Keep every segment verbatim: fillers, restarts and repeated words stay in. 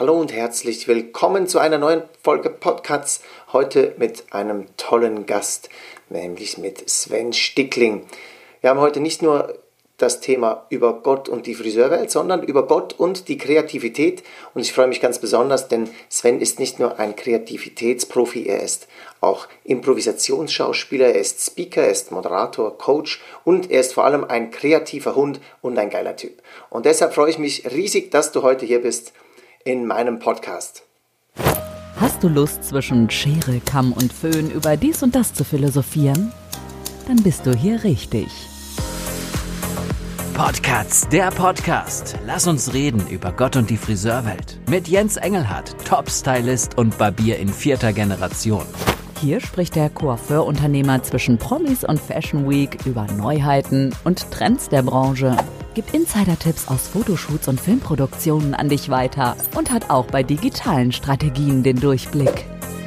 Hallo und herzlich willkommen zu einer neuen Folge Podcasts. Heute mit einem tollen Gast, nämlich mit Sven Stickling. Wir haben heute nicht nur das Thema über Gott und die Friseurwelt, sondern über Gott und die Kreativität. Und ich freue mich ganz besonders, denn Sven ist nicht nur ein Kreativitätsprofi, er ist auch Improvisationsschauspieler, er ist Speaker, er ist Moderator, Coach und er ist vor allem ein kreativer Hund und ein geiler Typ. Und deshalb freue ich mich riesig, dass du heute hier bist in meinem Podcast. Hast du Lust, zwischen Schere, Kamm und Föhn über dies und das zu philosophieren? Dann bist du hier richtig. Podcasts, der Podcast. Lass uns reden über Gott und die Friseurwelt. Mit Jens Engelhardt, Top-Stylist und Barbier in vierter Generation. Hier spricht der Coiffeur-Unternehmer zwischen Promis und Fashion Week über Neuheiten und Trends der Branche, gibt Insider-Tipps aus Fotoshoots und Filmproduktionen an dich weiter und hat auch bei digitalen Strategien den Durchblick.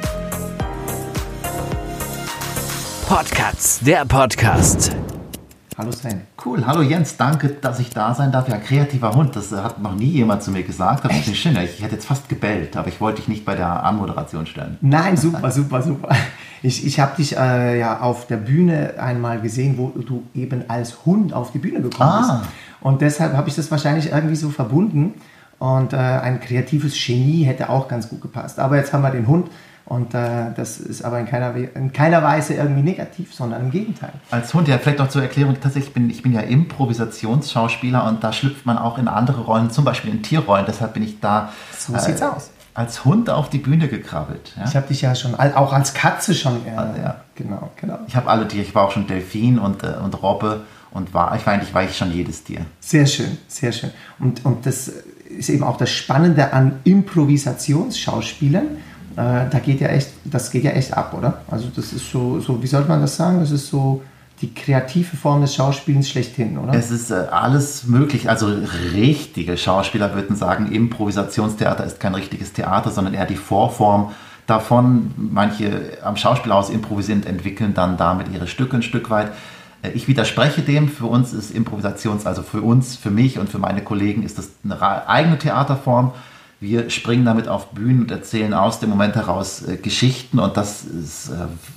Podcasts, der Podcast. Hallo Sven. Cool. Hallo Jens. Danke, dass ich da sein darf. Ja, kreativer Hund. Das hat noch nie jemand zu mir gesagt. Das ist schön. Ich hätte jetzt fast gebellt, aber ich wollte dich nicht bei der Anmoderation stellen. Nein, super, super, super. Ich, ich habe dich äh, ja auf der Bühne einmal gesehen, wo du eben als Hund auf die Bühne gekommen Ah. bist. Und deshalb habe ich das wahrscheinlich irgendwie so verbunden. Und äh, ein kreatives Genie hätte auch ganz gut gepasst. Aber jetzt haben wir den Hund. Und äh, das ist aber in keiner, in keiner Weise irgendwie negativ, sondern im Gegenteil. Als Hund, ja, vielleicht noch zur Erklärung, tatsächlich, ich bin, ich bin ja Improvisationsschauspieler und da schlüpft man auch in andere Rollen, zum Beispiel in Tierrollen, deshalb bin ich da So äh, sieht's aus. Als Hund auf die Bühne gekrabbelt. Ja? Ich habe dich ja schon, auch als Katze schon, äh, Also, ja. genau, genau. Ich habe alle Tiere, ich war auch schon Delfin und, äh, und Robbe und war, ich war eigentlich war ich schon jedes Tier. Sehr schön, sehr schön. Und, und das ist eben auch das Spannende an Improvisationsschauspielern. Äh, da geht ja echt, das geht ja echt ab, oder? Also das ist so, so, wie sollte man das sagen? Das ist so die kreative Form des Schauspielens schlechthin, oder? Es ist äh, alles möglich. Also richtige Schauspieler würden sagen, Improvisationstheater ist kein richtiges Theater, sondern eher die Vorform davon. Manche am Schauspielhaus improvisierend entwickeln dann damit ihre Stücke ein Stück weit. Äh, ich widerspreche dem. Für uns ist Improvisations, also für uns, für mich und für meine Kollegen ist das eine eigene Theaterform. Wir springen damit auf Bühnen und erzählen aus dem Moment heraus äh, Geschichten und das ist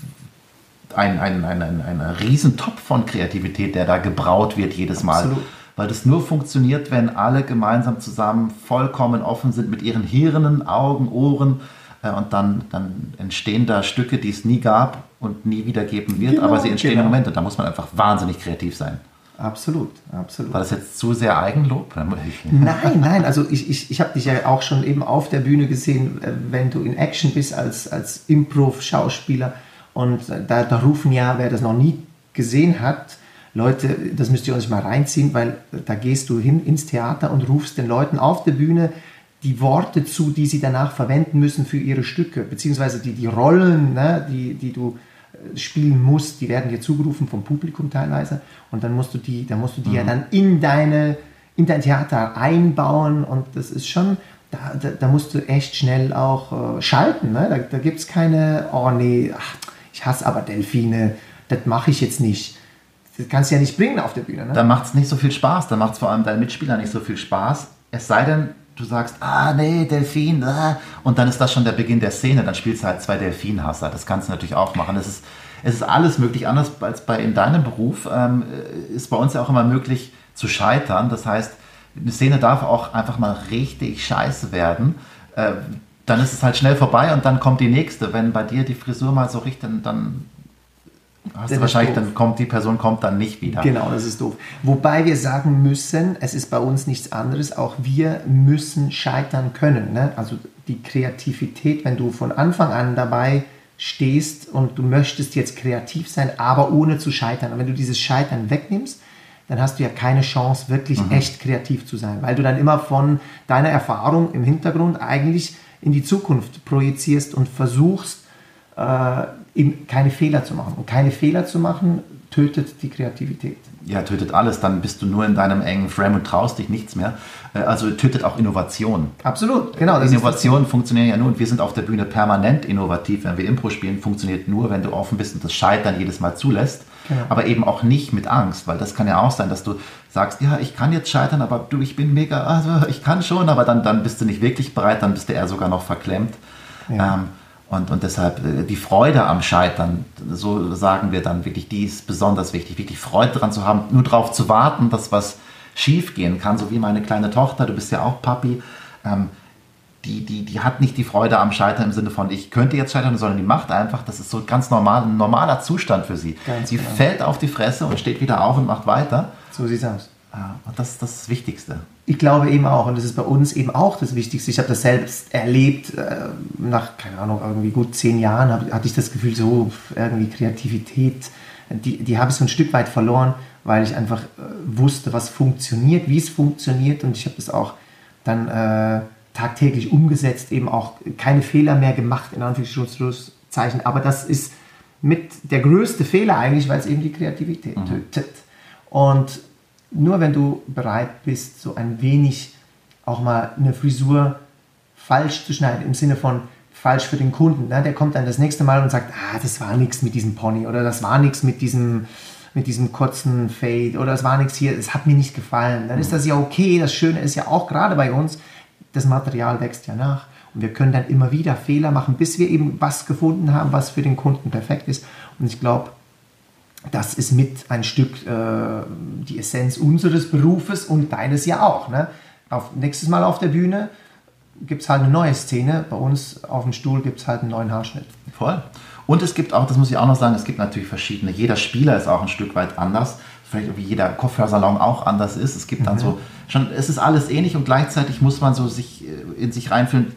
äh, ein, ein, ein, ein, ein Riesentopf von Kreativität, der da gebraut wird jedes Mal. Absolut. Weil das nur funktioniert, wenn alle gemeinsam zusammen vollkommen offen sind mit ihren Hirnen, Augen, Ohren äh, und dann, dann entstehen da Stücke, die es nie gab und nie wieder geben wird, Genau, aber sie entstehen genau. im Moment und da muss man einfach wahnsinnig kreativ sein. Absolut, absolut. War das jetzt zu sehr Eigenlob? Nein, nein, also ich, ich, ich habe dich ja auch schon eben auf der Bühne gesehen, wenn du in Action bist als, als Improv-Schauspieler und da, da rufen ja, wer das noch nie gesehen hat, Leute, das müsst ihr euch mal reinziehen, weil da gehst du hin ins Theater und rufst den Leuten auf der Bühne die Worte zu, die sie danach verwenden müssen für ihre Stücke, beziehungsweise die, die Rollen, ne, die, die du spielen musst, die werden dir zugerufen vom Publikum teilweise und dann musst du die, dann musst du die mhm. ja dann in deine, in dein Theater einbauen und das ist schon, da, da, da musst du echt schnell auch äh, schalten, ne? Da, da gibt es keine, oh nee, ach, ich hasse aber Delfine, das mache ich jetzt nicht. Das kannst du ja nicht bringen auf der Bühne. Ne? Da macht es nicht so viel Spaß, da macht es vor allem deinen Mitspielern nicht so viel Spaß, es sei denn, du sagst, ah nee, Delfin, ah. Und dann ist das schon der Beginn der Szene, dann spielst du halt zwei Delfinhasser, das kannst du natürlich auch machen. Es ist, es ist alles möglich, anders als bei in deinem Beruf, ähm, ist bei uns ja auch immer möglich zu scheitern, das heißt, eine Szene darf auch einfach mal richtig scheiße werden, äh, dann ist es halt schnell vorbei und dann kommt die nächste. Wenn bei dir die Frisur mal so riecht, dann, dann hast du wahrscheinlich, dann kommt die Person kommt dann nicht wieder. Genau, das ist doof. Wobei wir sagen müssen, es ist bei uns nichts anderes, auch wir müssen scheitern können. Ne? Also die Kreativität, wenn du von Anfang an dabei stehst und du möchtest jetzt kreativ sein, aber ohne zu scheitern. Und wenn du dieses Scheitern wegnimmst, dann hast du ja keine Chance, wirklich mhm. echt kreativ zu sein, weil du dann immer von deiner Erfahrung im Hintergrund eigentlich in die Zukunft projizierst und versuchst, äh, eben keine Fehler zu machen. Und keine Fehler zu machen tötet die Kreativität. Ja, tötet alles, dann bist du nur in deinem engen Frame und traust dich nichts mehr. Also tötet auch Innovation. Absolut, genau. Das Innovationen funktionieren ja nur, und wir sind auf der Bühne permanent innovativ, wenn wir Impro spielen, funktioniert nur, wenn du offen bist und das Scheitern jedes Mal zulässt, genau. Aber eben auch nicht mit Angst, weil das kann ja auch sein, dass du sagst, ja, ich kann jetzt scheitern, aber du, ich bin mega, also ich kann schon, aber dann, dann bist du nicht wirklich bereit, dann bist du eher sogar noch verklemmt. Ja. Ähm, Und, und deshalb die Freude am Scheitern, so sagen wir dann wirklich, die ist besonders wichtig. Wirklich Freude daran zu haben, nur darauf zu warten, dass was schief gehen kann. So wie meine kleine Tochter, du bist ja auch Papi, ähm, die, die, die hat nicht die Freude am Scheitern im Sinne von, ich könnte jetzt scheitern, sondern die macht einfach, das ist so ganz normal, ein normaler Zustand für sie. Ganz sie genau. fällt auf die Fresse und steht wieder auf und macht weiter. So sieht es aus. Und das, das ist das Wichtigste. Ich glaube eben auch, und das ist bei uns eben auch das Wichtigste. Ich habe das selbst erlebt, nach, keine Ahnung, irgendwie gut zehn Jahren hatte ich das Gefühl, so irgendwie Kreativität, die, die habe ich so ein Stück weit verloren, weil ich einfach wusste, was funktioniert, wie es funktioniert, und ich habe das auch dann äh, tagtäglich umgesetzt, eben auch keine Fehler mehr gemacht, in Anführungszeichen, aber das ist mit der größte Fehler eigentlich, weil es eben die Kreativität mhm. tötet. Und nur wenn du bereit bist, so ein wenig auch mal eine Frisur falsch zu schneiden, im Sinne von falsch für den Kunden, ne? Der kommt dann das nächste Mal und sagt, ah, das war nichts mit diesem Pony oder das war nichts mit diesem, mit diesem kurzen Fade oder das war nichts hier, es hat mir nicht gefallen. Dann ist das ja okay. Das Schöne ist ja auch gerade bei uns, das Material wächst ja nach und wir können dann immer wieder Fehler machen, bis wir eben was gefunden haben, was für den Kunden perfekt ist. Und ich glaube, das ist mit ein Stück äh, die Essenz unseres Berufes und deines ja auch. Ne? Auf, nächstes Mal auf der Bühne gibt es halt eine neue Szene. Bei uns auf dem Stuhl gibt es halt einen neuen Haarschnitt. Voll. Und es gibt auch, das muss ich auch noch sagen, es gibt natürlich verschiedene. Jeder Spieler ist auch ein Stück weit anders. Vielleicht wie jeder Coiffeursalon auch anders ist. Es gibt dann mhm. so, schon, es ist alles ähnlich und gleichzeitig muss man so sich in sich reinfühlen.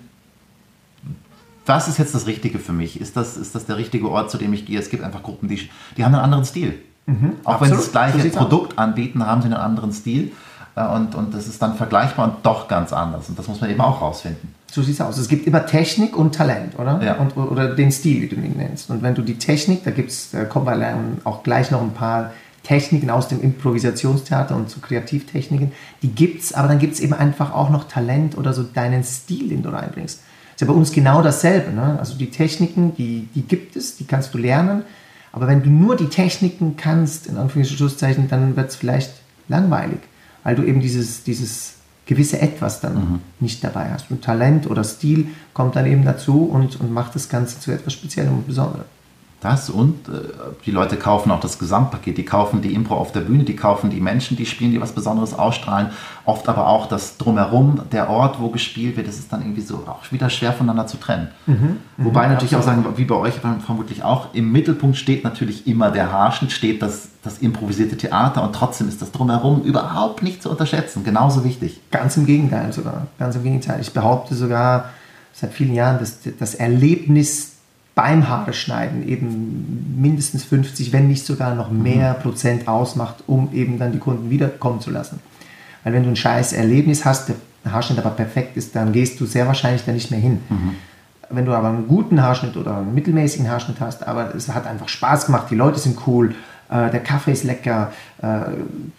Was ist jetzt das Richtige für mich? Ist das, ist das der richtige Ort, zu dem ich gehe? Es gibt einfach Gruppen, die, die haben einen anderen Stil. Mhm, auch absolut. Wenn sie das gleiche so Produkt aus. anbieten, haben sie einen anderen Stil. Und, und das ist dann vergleichbar und doch ganz anders. Und das muss man eben auch rausfinden. So sieht es aus. Es gibt immer Technik und Talent, oder? Ja. Und, oder den Stil, wie du ihn nennst. Und wenn du die Technik, da gibt's, da kommen wir auch gleich noch ein paar Techniken aus dem Improvisationstheater und so Kreativtechniken, die gibt's, aber dann gibt es eben einfach auch noch Talent oder so deinen Stil, den du reinbringst. Ist ja bei uns genau dasselbe. Ne? Also die Techniken, die, die gibt es, die kannst du lernen. Aber wenn du nur die Techniken kannst, in Anführungszeichen, dann wird es vielleicht langweilig, weil du eben dieses, dieses gewisse Etwas dann mhm. nicht dabei hast. Und Talent oder Stil kommt dann eben dazu und, und macht das Ganze zu etwas Speziellem und Besonderem. Das und äh, die Leute kaufen auch das Gesamtpaket, die kaufen die Impro auf der Bühne, die kaufen die Menschen, die spielen, die was Besonderes ausstrahlen, oft aber auch das Drumherum, der Ort, wo gespielt wird, das ist dann irgendwie so auch wieder schwer voneinander zu trennen. Mhm, Wobei mhm, natürlich absolut. auch sagen, wie bei euch vermutlich auch, im Mittelpunkt steht natürlich immer der Haarschnitt, steht das, das improvisierte Theater und trotzdem ist das Drumherum überhaupt nicht zu unterschätzen, genauso wichtig. Ganz im Gegenteil sogar, ganz im Gegenteil. Ich behaupte sogar seit vielen Jahren, dass das Erlebnis beim Haare schneiden eben mindestens fünfzig, wenn nicht sogar noch mehr mhm. Prozent ausmacht, um eben dann die Kunden wiederkommen zu lassen. Weil wenn du ein scheiß Erlebnis hast, der Haarschnitt aber perfekt ist, dann gehst du sehr wahrscheinlich da nicht mehr hin. Mhm. Wenn du aber einen guten Haarschnitt oder einen mittelmäßigen Haarschnitt hast, aber es hat einfach Spaß gemacht, die Leute sind cool, äh, der Kaffee ist lecker, äh,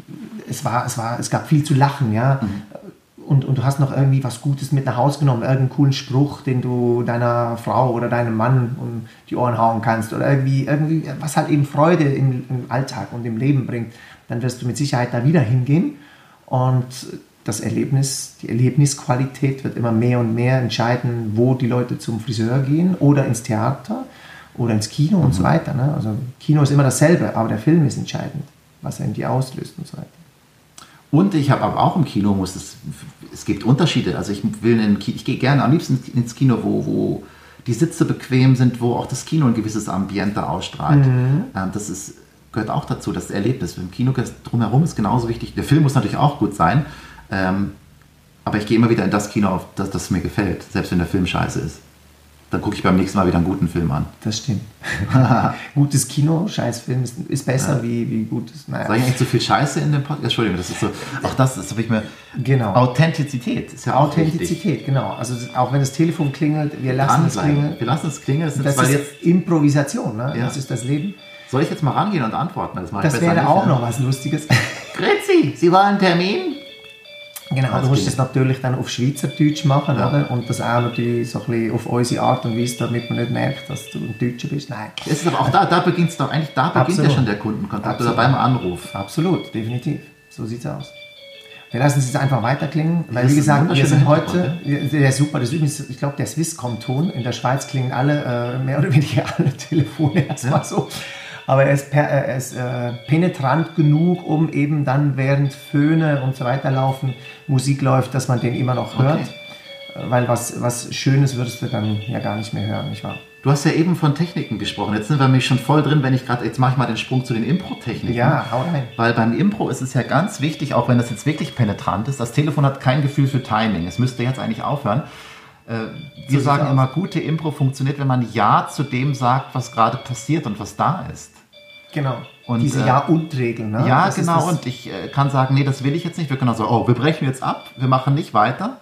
es, war, es, war, es gab viel zu lachen, ja. Mhm. Und, und du hast noch irgendwie was Gutes mit nach Hause genommen, irgendeinen coolen Spruch, den du deiner Frau oder deinem Mann um die Ohren hauen kannst oder irgendwie, irgendwie was halt eben Freude im, im Alltag und im Leben bringt, dann wirst du mit Sicherheit da wieder hingehen und das Erlebnis, die Erlebnisqualität wird immer mehr und mehr entscheiden, wo die Leute zum Friseur gehen oder ins Theater oder ins Kino mhm. und so weiter. Ne? Also Kino ist immer dasselbe, aber der Film ist entscheidend, was er in dir auslöst und so weiter. Und ich habe aber auch im Kino, muss es, es gibt Unterschiede. Also ich will in, ich gehe gerne am liebsten ins Kino, wo, wo die Sitze bequem sind, wo auch das Kino ein gewisses Ambiente ausstrahlt. Mhm. Das ist, gehört auch dazu, das Erlebnis. Im Kino drumherum ist genauso wichtig. Der Film muss natürlich auch gut sein, aber ich gehe immer wieder in das Kino, auf das, das mir gefällt, selbst wenn der Film scheiße ist. Dann gucke ich beim nächsten Mal wieder einen guten Film an. Das stimmt. Gutes Kino, Scheißfilm ist, ist besser ja. wie, wie gutes. Naja. Sag ich nicht so viel Scheiße in dem Podcast? Entschuldigung, das ist so. Auch das ist ich mir. Genau. Authentizität ist ja auch Authentizität, wichtig. Genau. Also auch wenn das Telefon klingelt, wir lassen es klingeln. Wir lassen es klingeln. Das, das ist jetzt Improvisation, ne? Ja. Das ist das Leben. Soll ich jetzt mal rangehen und antworten? Das, das wäre auch noch was Lustiges. Grüezi, Sie wollen einen Termin? Genau, du musst das natürlich dann auf Schweizerdeutsch machen, ja. oder? Und das auch natürlich so ein bisschen auf unsere Art und Weise, damit man nicht merkt, dass du ein Deutscher bist. Nein. Es ist aber auch da, da beginnt es doch eigentlich, da beginnt Absolut. ja schon der Kundenkontakt Absolut. oder beim Anruf. Absolut, definitiv. So sieht es aus. Wir lassen es jetzt einfach weiterklingen, weil wie gesagt, wir sind heute, der ist super, das ist übrigens, ich glaube, der Swisscom-Ton, in der Schweiz klingen alle, äh, mehr oder weniger alle Telefone erstmal ja. so. Aber er ist, per, er ist äh, penetrant genug, um eben dann während Föhne und so weiter laufen, Musik läuft, dass man den immer noch hört. Okay. Weil was, was Schönes würdest du dann ja gar nicht mehr hören, nicht wahr? Du hast ja eben von Techniken gesprochen. Jetzt sind wir nämlich schon voll drin, wenn ich gerade, jetzt mache ich mal den Sprung zu den Impro-Techniken. Ja, hau rein. Weil beim Impro ist es ja ganz wichtig, auch wenn das jetzt wirklich penetrant ist, das Telefon hat kein Gefühl für Timing. Es müsste jetzt eigentlich aufhören. Äh, wir so sagen immer, gute Impro funktioniert, wenn man Ja zu dem sagt, was gerade passiert und was da ist. Genau. Und, diese äh, Ja-und-Regel. Ne? Ja, das genau. Und ich äh, kann sagen, nee, das will ich jetzt nicht. Wir können auch sagen, oh, wir brechen jetzt ab, wir machen nicht weiter.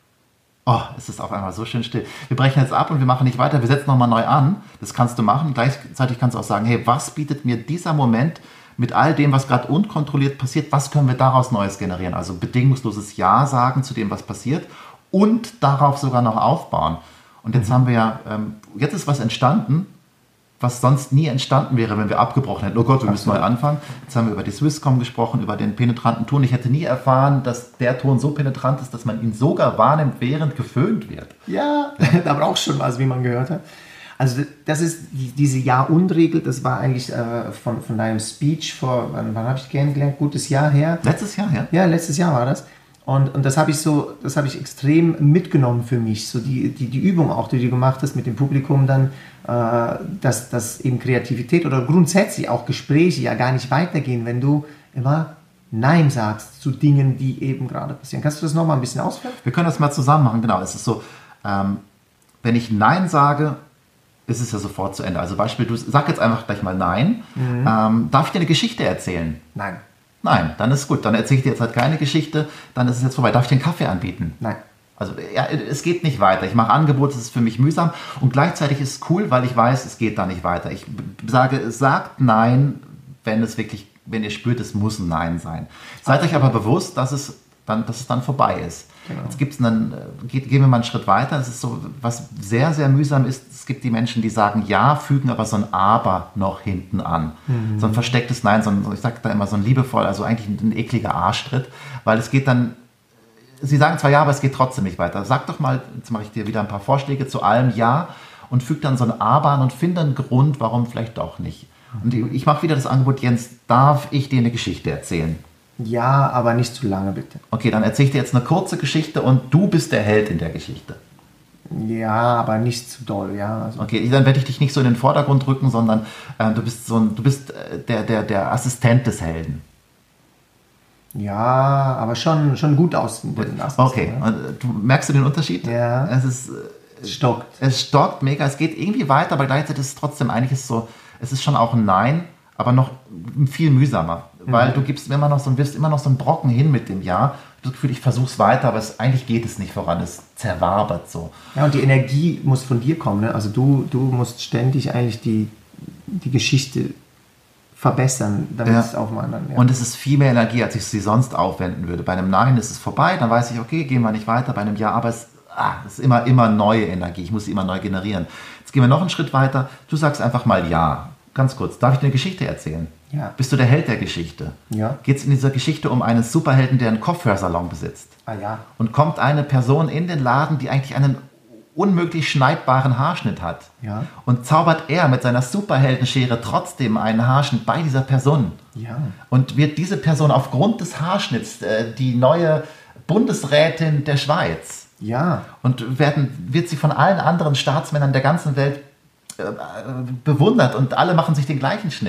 Oh, es ist auf einmal so schön still. Wir brechen jetzt ab und wir machen nicht weiter, wir setzen nochmal neu an. Das kannst du machen. Gleichzeitig kannst du auch sagen, hey, was bietet mir dieser Moment mit all dem, was gerade unkontrolliert passiert, was können wir daraus Neues generieren? Also bedingungsloses Ja sagen zu dem, was passiert und darauf sogar noch aufbauen. Und jetzt mhm. haben wir ja, ähm, jetzt ist was entstanden, was sonst nie entstanden wäre, wenn wir abgebrochen hätten. Oh Gott, wir müssen neu anfangen. Jetzt haben wir über die Swisscom gesprochen, über den penetranten Ton. Ich hätte nie erfahren, dass der Ton so penetrant ist, dass man ihn sogar wahrnimmt, während geföhnt wird. Ja, da braucht schon was, wie man gehört hat. Also das ist die, diese Ja-und-Regel, das war eigentlich äh, von, von deinem Speech vor, wann, wann habe ich kennengelernt? Gutes Jahr her. Letztes Jahr, ja? Ja, letztes Jahr war das. Und, und das habe ich so, das habe ich extrem mitgenommen für mich. So die, die, die Übung auch, die du gemacht hast mit dem Publikum dann, äh, dass, dass eben Kreativität oder grundsätzlich auch Gespräche ja gar nicht weitergehen, wenn du immer Nein sagst zu Dingen, die eben gerade passieren. Kannst du das nochmal ein bisschen ausführen? Wir können das mal zusammen machen, genau. Es ist so, ähm, wenn ich Nein sage, ist es ja sofort zu Ende. Also Beispiel, du sag jetzt einfach gleich mal Nein. Mhm. Ähm, darf ich dir eine Geschichte erzählen? Nein. Nein, dann ist gut. Dann erzähle ich dir jetzt halt keine Geschichte, dann ist es jetzt vorbei. Darf ich dir einen Kaffee anbieten? Nein. Also ja, es geht nicht weiter. Ich mache Angebote, es ist für mich mühsam und gleichzeitig ist es cool, weil ich weiß, es geht da nicht weiter. Ich sage, sagt Nein, wenn es wirklich, wenn ihr spürt, es muss ein Nein sein. Seid okay. euch aber bewusst, dass es dann, dass es dann vorbei ist. Genau. Jetzt gibt's einen, geht, gehen wir mal einen Schritt weiter. Es ist so, was sehr, sehr mühsam ist, es gibt die Menschen, die sagen Ja, fügen aber so ein Aber noch hinten an. Mhm. So ein verstecktes Nein, so ein, ich sage da immer so ein liebevoll, also eigentlich ein, ein ekliger Arschtritt, weil es geht dann, sie sagen zwar Ja, aber es geht trotzdem nicht weiter. Sag doch mal, jetzt mache ich dir wieder ein paar Vorschläge zu allem Ja und füge dann so ein Aber an und finde einen Grund, warum vielleicht doch nicht. Und ich mache wieder das Angebot, Jens, darf ich dir eine Geschichte erzählen? Ja, aber nicht zu lange, bitte. Okay, dann erzähle ich dir jetzt eine kurze Geschichte und du bist der Held in der Geschichte. Ja, aber nicht zu doll, ja. Also okay, dann werde ich dich nicht so in den Vordergrund rücken, sondern äh, du bist, so ein, du bist äh, der, der, der Assistent des Helden. Ja, aber schon, schon gut aus. Okay, ja. Und, du, merkst du den Unterschied? Ja, es ist, es stockt. Es stockt mega, es geht irgendwie weiter, aber gleichzeitig ist es trotzdem, eigentlich ist so, es ist schon auch ein Nein, aber noch viel mühsamer. Weil mhm. du gibst immer noch so, wirfst immer noch so einen Brocken hin mit dem Ja. Du hast das Gefühl, ich versuch's weiter, aber es, eigentlich geht es nicht voran. Es zerwabert so. Ja, und die Energie muss von dir kommen. Ne? Also du, du musst ständig eigentlich die, die Geschichte verbessern, damit ja. es auch mal dann... Ja. Und es ist viel mehr Energie, als ich sie sonst aufwenden würde. Bei einem Nein ist es vorbei, dann weiß ich, okay, gehen wir nicht weiter. Bei einem Ja, aber es, ah, es ist immer, immer neue Energie. Ich muss sie immer neu generieren. Jetzt gehen wir noch einen Schritt weiter. Du sagst einfach mal Ja. Ganz kurz, darf ich dir eine Geschichte erzählen? Ja. Bist du der Held der Geschichte? Ja. Geht es in dieser Geschichte um einen Superhelden, der einen Kopfhörsalon besitzt? Ah ja. Und kommt eine Person in den Laden, die eigentlich einen unmöglich schneidbaren Haarschnitt hat. Ja. Und zaubert er mit seiner Superheldenschere trotzdem einen Haarschnitt bei dieser Person. Ja. Und wird diese Person aufgrund des Haarschnitts äh, die neue Bundesrätin der Schweiz. Ja. Und werden, wird sie von allen anderen Staatsmännern der ganzen Welt bewundert und alle machen sich den gleichen Schnitt.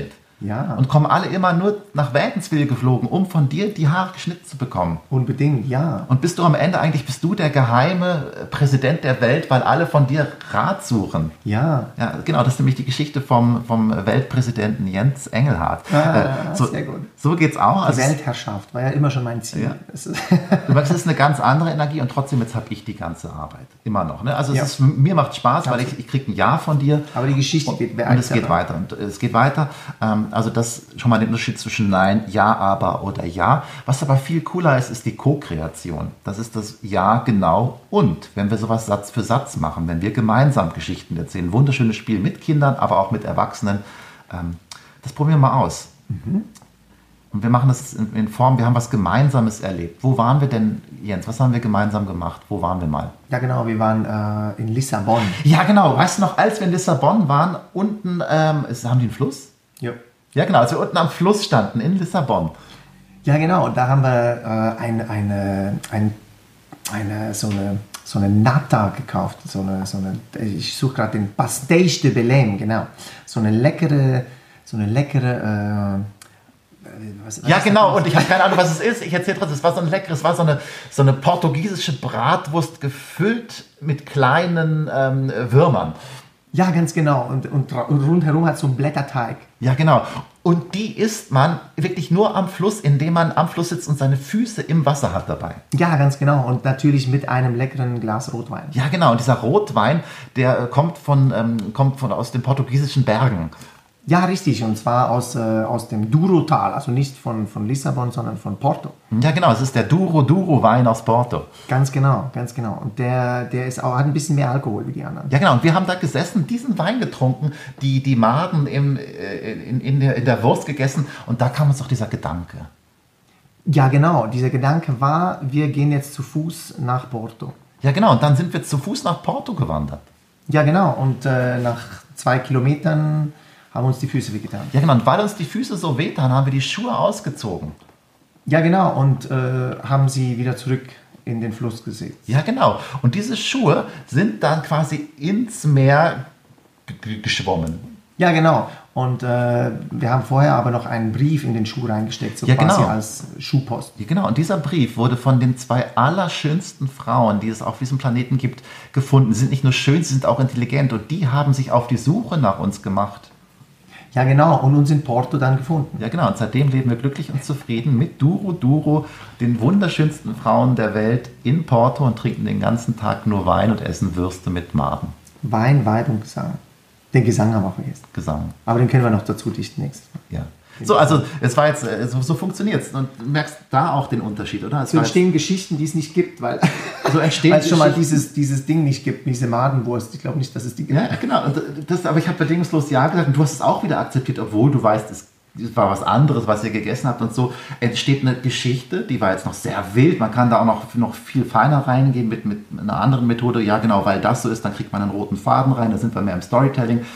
Ja. Und kommen alle immer nur nach Wädenswil geflogen, um von dir die Haare geschnitten zu bekommen. Unbedingt, ja. Und bist du am Ende eigentlich, bist du der geheime Präsident der Welt, weil alle von dir Rat suchen. Ja. Ja, genau, das ist nämlich die Geschichte vom, vom Weltpräsidenten Jens Engelhardt. Ah, äh, so, sehr gut. So geht's auch. Die Also, Weltherrschaft war ja immer schon mein Ziel. Ja. Das ist du merkst, es ist eine ganz andere Energie und trotzdem jetzt habe ich die ganze Arbeit. Immer noch. Ne? Also es Ja. ist, mir macht Spaß, weil ich, ich kriege ein Ja von dir. Aber die Geschichte und, geht Und es geht weiter. Und es geht weiter. Ähm, also das schon mal den Unterschied zwischen Nein, Ja, aber oder Ja. Was aber viel cooler ist, ist die Co-Kreation. Das ist das Ja, genau und. Wenn wir sowas Satz für Satz machen, wenn wir gemeinsam Geschichten erzählen, wunderschönes Spiel mit Kindern, aber auch mit Erwachsenen. Ähm, das probieren wir mal aus. Mhm. Und wir machen das in, in Form, wir haben was Gemeinsames erlebt. Wo waren wir denn, Jens? Was haben wir gemeinsam gemacht? Wo waren wir mal? Ja genau, wir waren äh, in Lissabon. Ja genau, weißt du noch, als wir in Lissabon waren, unten, ähm, ist, haben die einen Fluss? Ja. Ja genau, als wir unten am Fluss standen, in Lissabon. Ja genau, und da haben wir äh, ein, eine, ein, eine, so eine, so eine Nata gekauft. So eine, so eine, ich suche gerade den Pastéis de Belém, genau. So eine leckere, so eine leckere... Äh, Was, was ja, genau, und ich habe keine Ahnung, was es ist. Ich erzähle trotzdem, es war so ein leckeres, es war so eine, so eine portugiesische Bratwurst gefüllt mit kleinen ähm, Würmern. Ja, ganz genau. Und, und rundherum hat so einen Blätterteig. Ja, genau. Und die isst man wirklich nur am Fluss, indem man am Fluss sitzt und seine Füße im Wasser hat dabei. Ja, ganz genau. Und natürlich mit einem leckeren Glas Rotwein. Ja, genau. Und dieser Rotwein, der äh, kommt, von, ähm, kommt von aus den portugiesischen Bergen. Ja, richtig. Und zwar aus, äh, aus dem Douro-Tal. Also nicht von, von Lissabon, sondern von Porto. Ja, genau. Es ist der Douro-Douro-Wein aus Porto. Ganz genau, ganz genau. Und der, der ist auch, hat ein bisschen mehr Alkohol wie die anderen. Ja, genau. Und wir haben da gesessen, diesen Wein getrunken, die, die Maden im, in, in, der, in der Wurst gegessen. Und da kam uns doch dieser Gedanke. Ja, genau. Dieser Gedanke war, wir gehen jetzt zu Fuß nach Porto. Ja, genau. Und dann sind wir zu Fuß nach Porto gewandert. Ja, genau. Und äh, nach zwei Kilometern haben uns die Füße wehgetan. Ja, genau. Und weil uns die Füße so wehtan, haben wir die Schuhe ausgezogen. Ja, genau. Und äh, haben sie wieder zurück in den Fluss gesetzt. Ja, genau. Und diese Schuhe sind dann quasi ins Meer g- geschwommen. Ja, genau. Und äh, wir haben vorher aber noch einen Brief in den Schuh reingesteckt, so ja, quasi genau. als Schuhpost. Ja, genau. Und dieser Brief wurde von den zwei allerschönsten Frauen, die es auf diesem Planeten gibt, gefunden. Sie sind nicht nur schön, sie sind auch intelligent. Und die haben sich auf die Suche nach uns gemacht. Ja, genau. Und uns in Porto dann gefunden. Ja, genau. Und seitdem leben wir glücklich und zufrieden mit Douro Douro, den wunderschönsten Frauen der Welt in Porto und trinken den ganzen Tag nur Wein und essen Würste mit Maden. Wein, Weib und Gesang. Den Gesang haben wir auch vergessen. Gesang. Aber den können wir noch dazu dichten nächstes Mal. Ja. So, also es war jetzt, so, so funktioniert es. Und du merkst da auch den Unterschied, oder? Es So war entstehen Geschichten, die es nicht gibt, weil so entstehen weil es schon mal Geschichten- dieses, dieses Ding nicht gibt, diese Madenwurst. Ich glaube nicht, dass es die gibt. Ja, genau. Und das, aber ich habe bedingungslos Ja gesagt und du hast es auch wieder akzeptiert, obwohl du weißt, es war was anderes, was ihr gegessen habt und so. Entsteht eine Geschichte, die war jetzt noch sehr wild. Man kann da auch noch, noch viel feiner reingehen mit, mit einer anderen Methode. Ja, genau, weil das so ist, dann kriegt man einen roten Faden rein, da sind wir mehr im Storytelling.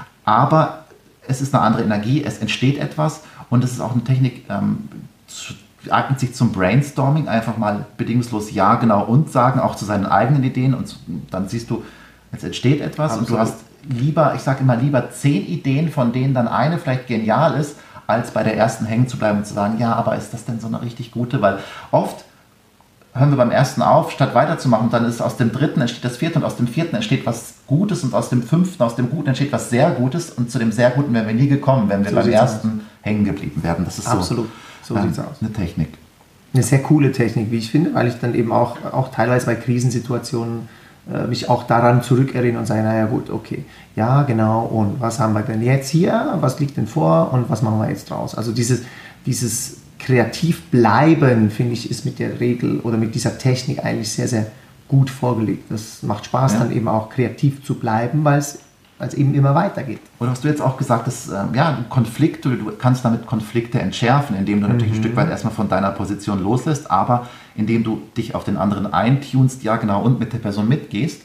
Aber es ist eine andere Energie, es entsteht etwas und es ist auch eine Technik, ähm, zu, eignet sich zum Brainstorming, einfach mal bedingungslos Ja, genau und sagen, auch zu seinen eigenen Ideen und dann siehst du, es entsteht etwas. Absolut. Und du hast lieber, ich sage immer lieber zehn Ideen, von denen dann eine vielleicht genial ist, als bei der ersten hängen zu bleiben und zu sagen, ja, aber ist das denn so eine richtig gute, weil oft hören wir beim ersten auf, statt weiterzumachen, dann ist aus dem dritten entsteht das vierte und aus dem vierten entsteht was Gutes und aus dem fünften, aus dem Guten entsteht was sehr Gutes und zu dem sehr Guten wären wir nie gekommen, wenn wir So beim sieht's ersten hängen geblieben wären. Das ist Absolut. so, So ähm, sieht's aus. eine Technik. Eine sehr coole Technik, wie ich finde, weil ich dann eben auch, auch teilweise bei Krisensituationen äh, mich auch daran zurückerinnere und sage, naja gut, okay, ja genau, und was haben wir denn jetzt hier, was liegt denn vor und was machen wir jetzt draus? Also dieses, dieses kreativ bleiben, finde ich, ist mit der Regel oder mit dieser Technik eigentlich sehr, sehr gut vorgelegt. Das macht Spaß, Ja. dann eben auch kreativ zu bleiben, weil es weil es eben immer weitergeht. Oder hast du jetzt auch gesagt, dass ähm, ja, Konflikte, du kannst damit Konflikte entschärfen, indem du natürlich ein Stück weit erstmal von deiner Position loslässt, aber indem du dich auf den anderen eintunst, ja genau, und mit der Person mitgehst,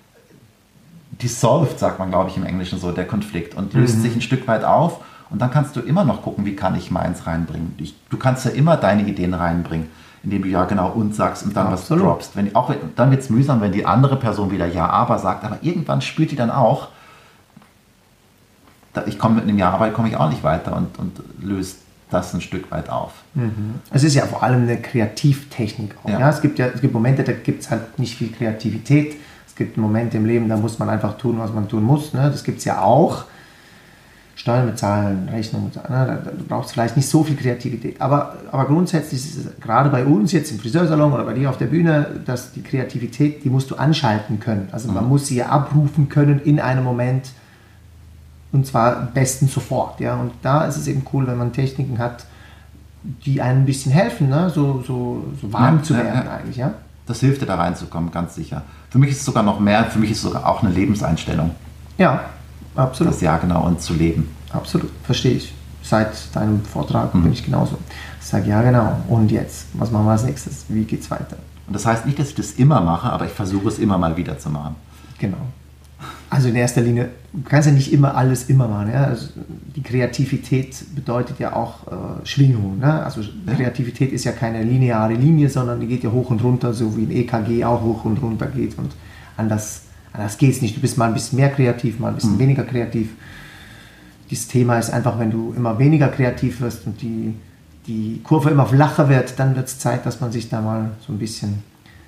dissolved, sagt man, glaube ich, im Englischen so, der Konflikt und löst sich ein Stück weit auf und dann kannst du immer noch gucken, wie kann ich meins reinbringen. Ich, du kannst ja immer deine Ideen reinbringen, indem du ja genau und sagst und dann Absolut. was droppst. Wenn, auch wenn, dann wird es mühsam, wenn die andere Person wieder ja, aber sagt, aber irgendwann spürt die dann auch, da, ich komme mit einem Jahr Arbeit komme ich auch nicht weiter und, und löse das ein Stück weit auf. Mhm. Es ist ja vor allem eine Kreativtechnik auch. Ja. Ja? Es gibt ja es gibt Momente, da gibt es halt nicht viel Kreativität. Es gibt Momente im Leben, da muss man einfach tun, was man tun muss. Ne? Das gibt es ja auch. Steuern bezahlen, Rechnungen bezahlen, ne? da, da braucht es vielleicht nicht so viel Kreativität. Aber, aber grundsätzlich ist es gerade bei uns jetzt im Friseursalon oder bei dir auf der Bühne, dass die Kreativität, die musst du anschalten können. Also man mhm. muss sie ja abrufen können in einem Moment und zwar am besten sofort. Ja? Und da ist es eben cool, wenn man Techniken hat, die einem ein bisschen helfen, ne? so, so, so warm ja, zu werden ja, ja. eigentlich. Ja? Das hilft dir da reinzukommen, ganz sicher. Für mich ist es sogar noch mehr, für mich ist es sogar auch eine Lebenseinstellung. Ja. Absolut. Das Jahr genau und zu leben. Absolut, verstehe ich. Seit deinem Vortrag mhm. bin ich genauso. Ich sage, ja genau, und jetzt? Was machen wir als nächstes? Wie geht's weiter? Und das heißt nicht, dass ich das immer mache, aber ich versuche es immer mal wieder zu machen. Genau. Also in erster Linie, du kannst ja nicht immer alles immer machen. Ja? Also die Kreativität bedeutet ja auch äh, Schwingung. Ne? Also ja. Kreativität ist ja keine lineare Linie, sondern die geht ja hoch und runter, so wie ein E K G auch hoch und runter geht und anders Das geht es nicht. Du bist mal ein bisschen mehr kreativ, mal ein bisschen mhm. weniger kreativ. Dieses Thema ist einfach, wenn du immer weniger kreativ wirst und die, die Kurve immer flacher wird, dann wird es Zeit, dass man sich da mal so ein bisschen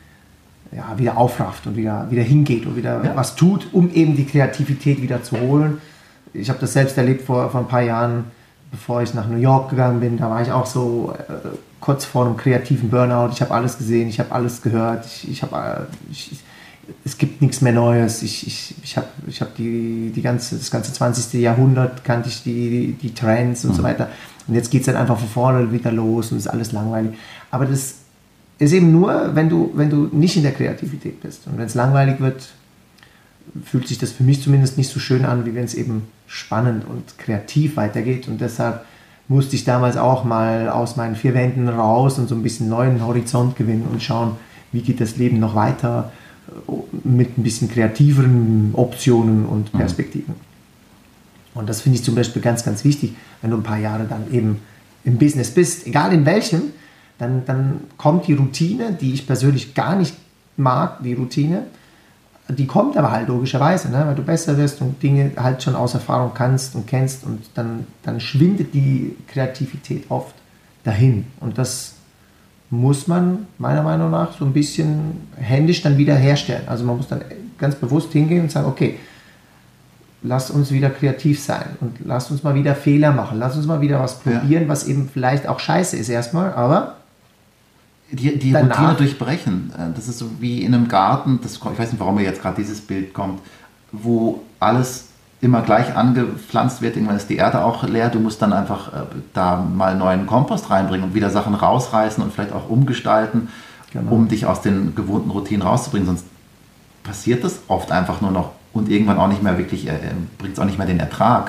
ja, wieder aufrafft und wieder, wieder hingeht und wieder ja. was tut, um eben die Kreativität wieder zu holen. Ich habe das selbst erlebt vor, vor ein paar Jahren, bevor ich nach New York gegangen bin. Da war ich auch so äh, kurz vor einem kreativen Burnout. Ich habe alles gesehen, ich habe alles gehört. Ich, ich habe... Äh, ich, es gibt nichts mehr Neues. Ich, ich, ich habe ich hab die, die ganze, das ganze zwanzigste Jahrhundert, kannte ich die, die Trends und mhm. so weiter. Und jetzt geht es dann einfach von vorne wieder los und ist alles langweilig. Aber das ist eben nur, wenn du, wenn du nicht in der Kreativität bist. Und wenn es langweilig wird, fühlt sich das für mich zumindest nicht so schön an, wie wenn es eben spannend und kreativ weitergeht. Und deshalb musste ich damals auch mal aus meinen vier Wänden raus und so ein bisschen neuen Horizont gewinnen und schauen, wie geht das Leben noch weiter, mit ein bisschen kreativeren Optionen und Perspektiven. Mhm. Und das finde ich zum Beispiel ganz, ganz wichtig, wenn du ein paar Jahre dann eben im Business bist, egal in welchem, dann, dann kommt die Routine, die ich persönlich gar nicht mag, die Routine, die kommt aber halt logischerweise, ne? Weil du besser wirst und Dinge halt schon aus Erfahrung kannst und kennst und dann, dann schwindet die Kreativität oft dahin. Und das muss man meiner Meinung nach so ein bisschen händisch dann wieder herstellen. Also man muss dann ganz bewusst hingehen und sagen, okay, lass uns wieder kreativ sein und lass uns mal wieder Fehler machen, lass uns mal wieder was probieren, ja. was eben vielleicht auch scheiße ist erstmal, aber die, die Routine durchbrechen. Das ist so wie in einem Garten, das, ich weiß nicht, warum mir jetzt gerade dieses Bild kommt, wo alles immer gleich angepflanzt wird, irgendwann ist die Erde auch leer, du musst dann einfach äh, da mal neuen Kompost reinbringen und wieder Sachen rausreißen und vielleicht auch umgestalten, genau. um dich aus den gewohnten Routinen rauszubringen, sonst passiert das oft einfach nur noch und irgendwann auch nicht mehr wirklich, äh, bringt es auch nicht mehr den Ertrag.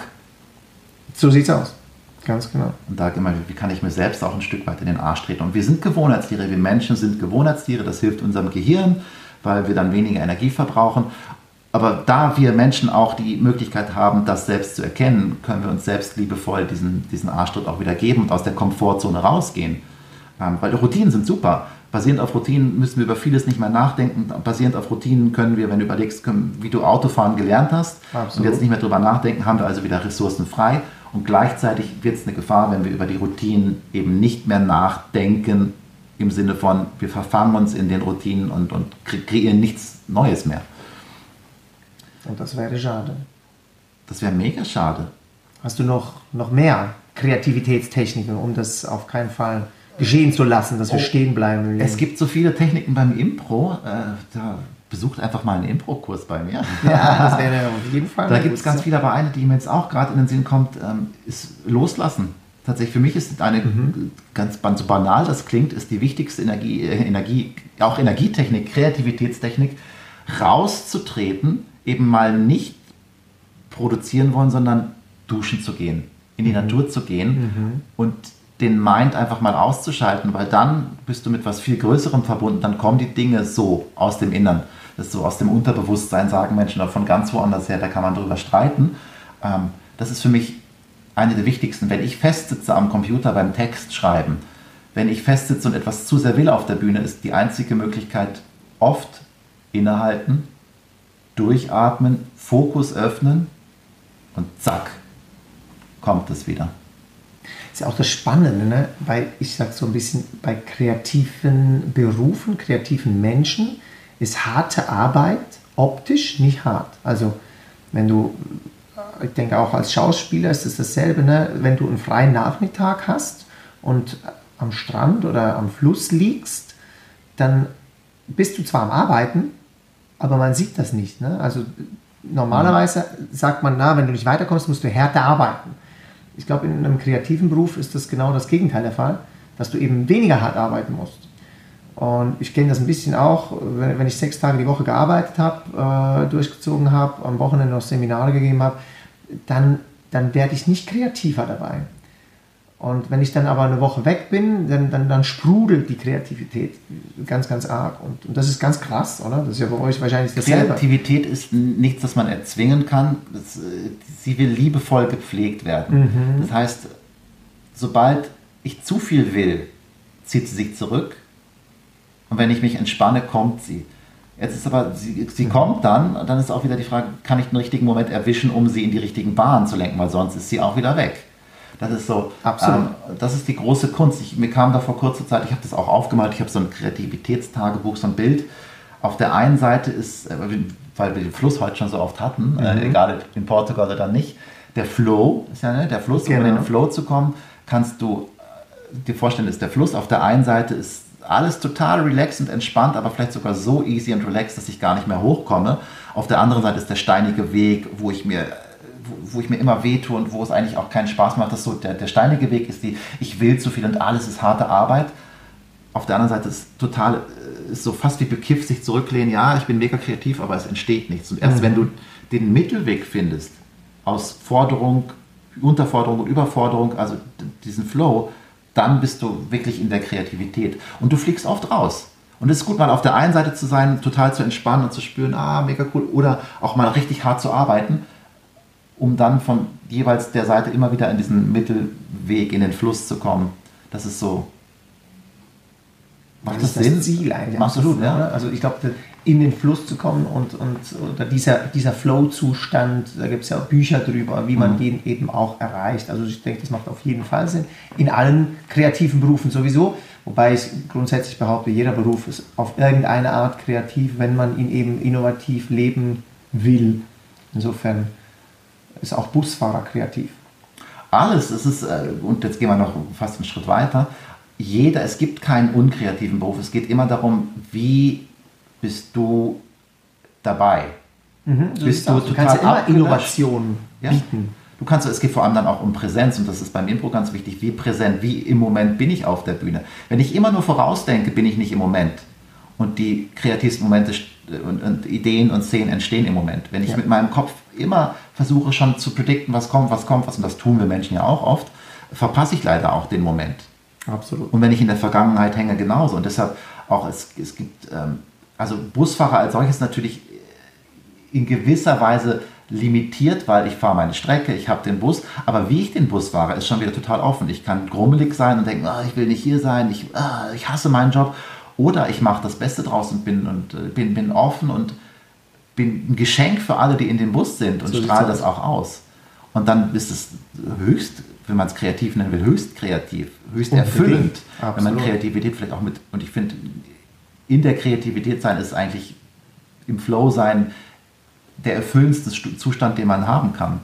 So sieht's aus, ganz genau. Und da immer, wie kann ich mir selbst auch ein Stück weit in den Arsch treten? Und wir sind Gewohnheitstiere, wir Menschen sind Gewohnheitstiere, das hilft unserem Gehirn, weil wir dann weniger Energie verbrauchen. Aber da wir Menschen auch die Möglichkeit haben, das selbst zu erkennen, können wir uns selbst liebevoll diesen, diesen Arschtritt auch wieder geben und aus der Komfortzone rausgehen. Ähm, weil Routinen sind super. Basierend auf Routinen müssen wir über vieles nicht mehr nachdenken. Basierend auf Routinen können wir, wenn du überlegst, können, wie du Autofahren gelernt hast Absolut. und jetzt nicht mehr drüber nachdenken, haben wir also wieder Ressourcen frei. Und gleichzeitig wird es eine Gefahr, wenn wir über die Routinen eben nicht mehr nachdenken, im Sinne von, wir verfangen uns in den Routinen und, und kreieren nichts Neues mehr. Und das wäre schade. Das wäre mega schade. Hast du noch, noch mehr Kreativitätstechniken, um das auf keinen Fall geschehen zu lassen, dass wir oh, stehen bleiben? Es gibt so viele Techniken beim Impro. Äh, da besucht einfach mal einen Impro-Kurs bei mir. Ja, das wäre auf jeden Fall. Da gibt es ganz viele, aber eine, die mir jetzt auch gerade in den Sinn kommt, ähm, ist Loslassen. Tatsächlich für mich ist eine, mhm. ganz so banal das klingt, ist die wichtigste Energie, äh, Energie, auch Energietechnik, Kreativitätstechnik, rauszutreten, eben mal nicht produzieren wollen, sondern duschen zu gehen, in die mhm. Natur zu gehen mhm. und den Mind einfach mal auszuschalten, weil dann bist du mit was viel Größerem verbunden, dann kommen die Dinge so aus dem Innern, das ist so aus dem Unterbewusstsein, sagen Menschen, oder von ganz woanders her, da kann man drüber streiten. Ähm, das ist für mich eine der wichtigsten. Wenn ich festsitze am Computer beim Text schreiben, wenn ich festsitze und etwas zu sehr will auf der Bühne, ist die einzige Möglichkeit oft innehalten, durchatmen, Fokus öffnen und zack, kommt es wieder. Das ist ja auch das Spannende, ne? Bei, ich sag so ein bisschen, bei kreativen Berufen, kreativen Menschen ist harte Arbeit optisch nicht hart. Also wenn du, ich denke auch als Schauspieler ist es dasselbe, ne? Wenn du einen freien Nachmittag hast und am Strand oder am Fluss liegst, dann bist du zwar am Arbeiten, aber man sieht das nicht. Ne? Also normalerweise sagt man, na, wenn du nicht weiterkommst, musst du härter arbeiten. Ich glaube, in einem kreativen Beruf ist das genau das Gegenteil der Fall, dass du eben weniger hart arbeiten musst. Und ich kenne das ein bisschen auch, wenn ich sechs Tage die Woche gearbeitet habe, äh, durchgezogen habe, am Wochenende noch Seminare gegeben habe, dann, dann werde ich nicht kreativer dabei. Und wenn ich dann aber eine Woche weg bin, dann, dann, dann sprudelt die Kreativität ganz, ganz arg. Und, und das ist ganz krass, oder? Das ist ja bei euch wahrscheinlich dasselbe. Kreativität ist nichts, das man erzwingen kann. Das, sie will liebevoll gepflegt werden. Mhm. Das heißt, sobald ich zu viel will, zieht sie sich zurück. Und wenn ich mich entspanne, kommt sie. Jetzt ist aber, sie, sie mhm. kommt dann, dann ist auch wieder die Frage, kann ich den richtigen Moment erwischen, um sie in die richtigen Bahnen zu lenken, weil sonst ist sie auch wieder weg. Das ist so, ähm, das ist die große Kunst. Ich, mir kam da vor kurzer Zeit, ich habe das auch aufgemalt, ich habe so ein Kreativitätstagebuch, so ein Bild. Auf der einen Seite ist, äh, weil wir den Fluss heute schon so oft hatten, mhm. äh, egal in Portugal oder nicht, der Flow, ist ja ne, der Fluss, genau. Um in den Flow zu kommen, kannst du äh, dir vorstellen, ist der Fluss. Auf der einen Seite ist alles total relaxed und entspannt, aber vielleicht sogar so easy und relaxed, dass ich gar nicht mehr hochkomme. Auf der anderen Seite ist der steinige Weg, wo ich mir wo ich mir immer wehtue und wo es eigentlich auch keinen Spaß macht. Das so, der, der steinige Weg ist die, ich will zu viel und alles ist harte Arbeit. Auf der anderen Seite ist total, ist so fast wie bekifft sich zurücklehnen, ja, ich bin mega kreativ, aber es entsteht nichts. Und erst mhm. wenn du den Mittelweg findest, aus Forderung, Unterforderung und Überforderung, also diesen Flow, dann bist du wirklich in der Kreativität. Und du fliegst oft raus. Und es ist gut, mal auf der einen Seite zu sein, total zu entspannen und zu spüren, ah, mega cool, oder auch mal richtig hart zu arbeiten, um dann von jeweils der Seite immer wieder in diesen Mittelweg, in den Fluss zu kommen. Das ist so. Macht das, das Sinn? Das Ziel eigentlich. Macht absolut. Das, ja? Also ich glaube, in den Fluss zu kommen und, und oder dieser, dieser Flow-Zustand, da gibt es ja auch Bücher drüber, wie man mhm. den eben auch erreicht. Also ich denke, das macht auf jeden Fall Sinn. In allen kreativen Berufen sowieso. Wobei ich grundsätzlich behaupte, jeder Beruf ist auf irgendeine Art kreativ, wenn man ihn eben innovativ leben will. Insofern ist auch Busfahrer kreativ. Alles, es ist, und jetzt gehen wir noch fast einen Schritt weiter, jeder, es gibt keinen unkreativen Beruf, es geht immer darum, wie bist du dabei? Mhm, so bist du, du kannst ja immer Innovation ja? bieten. Du kannst, es geht vor allem dann auch um Präsenz und das ist beim Impro ganz wichtig, wie präsent, wie im Moment bin ich auf der Bühne. Wenn ich immer nur vorausdenke, bin ich nicht im Moment. Und die kreativsten Momente und, und Ideen und Szenen entstehen im Moment. Wenn ich ja. mit meinem Kopf immer versuche schon zu predikten, was kommt, was kommt, was, und das tun wir Menschen ja auch oft, verpasse ich leider auch den Moment. Absolut. Und wenn ich in der Vergangenheit hänge, genauso. Und deshalb auch, es, es gibt, ähm, also Busfahrer als solches natürlich in gewisser Weise limitiert, weil ich fahre meine Strecke, ich habe den Bus, aber wie ich den Bus fahre, ist schon wieder total offen. Ich kann grummelig sein und denken, oh, ich will nicht hier sein, ich, oh, ich hasse meinen Job. Oder ich mache das Beste draus und bin, und, bin, bin offen und bin ein Geschenk für alle, die in dem Bus sind und so strahle das auch aus. Und dann ist es höchst, wenn man es kreativ nennen will, höchst kreativ, höchst erfüllend, wenn man Kreativität vielleicht auch mit, und ich finde, in der Kreativität sein ist eigentlich im Flow sein der erfüllendste Zustand, den man haben kann.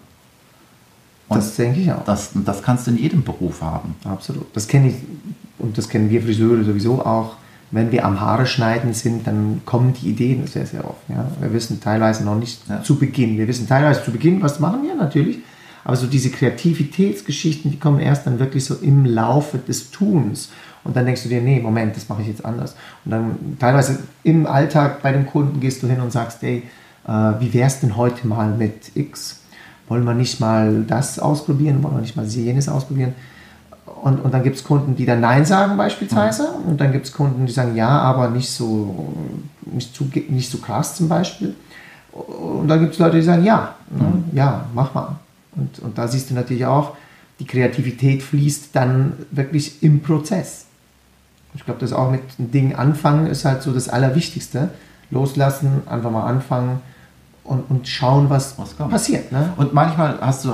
Und das denke ich auch. Das, das kannst du in jedem Beruf haben. Absolut. Das kenne ich und das kennen wir Friseure sowieso auch. Wenn wir am Haare schneiden sind, dann kommen die Ideen sehr, sehr oft. Ja. Wir wissen teilweise noch nicht ja. zu Beginn. Wir wissen teilweise zu Beginn, was machen wir natürlich. Aber so diese Kreativitätsgeschichten, die kommen erst dann wirklich so im Laufe des Tuns. Und dann denkst du dir, nee, Moment, das mache ich jetzt anders. Und dann teilweise im Alltag bei dem Kunden gehst du hin und sagst, ey, äh, wie wär's denn heute mal mit X? Wollen wir nicht mal das ausprobieren? Wollen wir nicht mal jenes ausprobieren? Und, und dann gibt es Kunden, die dann Nein sagen beispielsweise. Mhm. Und dann gibt es Kunden, die sagen ja, aber nicht so, nicht, zu, nicht so krass zum Beispiel. Und dann gibt es Leute, die sagen ja, ne? mhm. ja, mach mal. Und, und da siehst du natürlich auch, die Kreativität fließt dann wirklich im Prozess. Ich glaube, das auch mit einem Ding anfangen ist halt so das Allerwichtigste. Loslassen, einfach mal anfangen und, und schauen, was, was passiert. Ne? Und manchmal hast du halt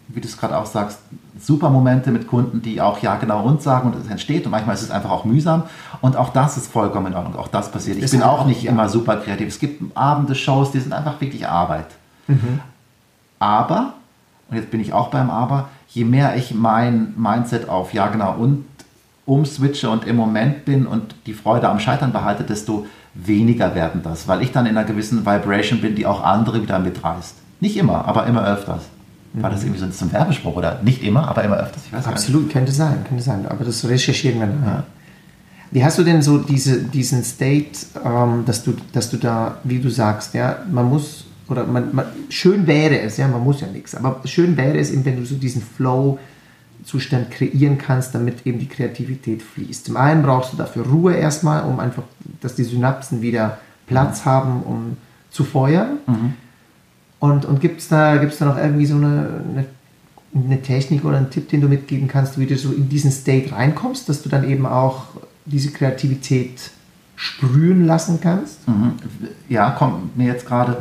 wie du es gerade auch sagst, super Momente mit Kunden, die auch ja genau und sagen und es entsteht und manchmal ist es einfach auch mühsam und auch das ist vollkommen in Ordnung, auch das passiert. Ich Das bin ist auch auch, nicht ja. immer super kreativ. Es gibt Abende, Shows, die sind einfach wirklich Arbeit. Mhm. Aber, und jetzt bin ich auch beim Aber, je mehr ich mein Mindset auf ja genau und umswitche und im Moment bin und die Freude am Scheitern behalte, desto weniger werden das, weil ich dann in einer gewissen Vibration bin, die auch andere wieder mitreißt. Nicht immer, aber immer öfters. War das irgendwie so ein Werbespruch oder nicht immer, aber immer öfters? Ich weiß Absolut, nicht. könnte sein, könnte sein. Aber das recherchieren wir nachher. Ja. Wie hast du denn so diese, diesen State, ähm, dass du, dass du da, wie du sagst, ja, man muss oder man, man schön wäre es, ja, man muss ja nichts, aber schön wäre es eben, wenn du so diesen Flow-Zustand kreieren kannst, damit eben die Kreativität fließt. Zum einen brauchst du dafür Ruhe erstmal, um einfach, dass die Synapsen wieder Platz mhm. haben, um zu feuern. Mhm. Und, und gibt es da, gibt's da noch irgendwie so eine, eine, eine Technik oder einen Tipp, den du mitgeben kannst, wie du so in diesen State reinkommst, dass du dann eben auch diese Kreativität sprühen lassen kannst? Mhm. Ja, kommt mir jetzt gerade,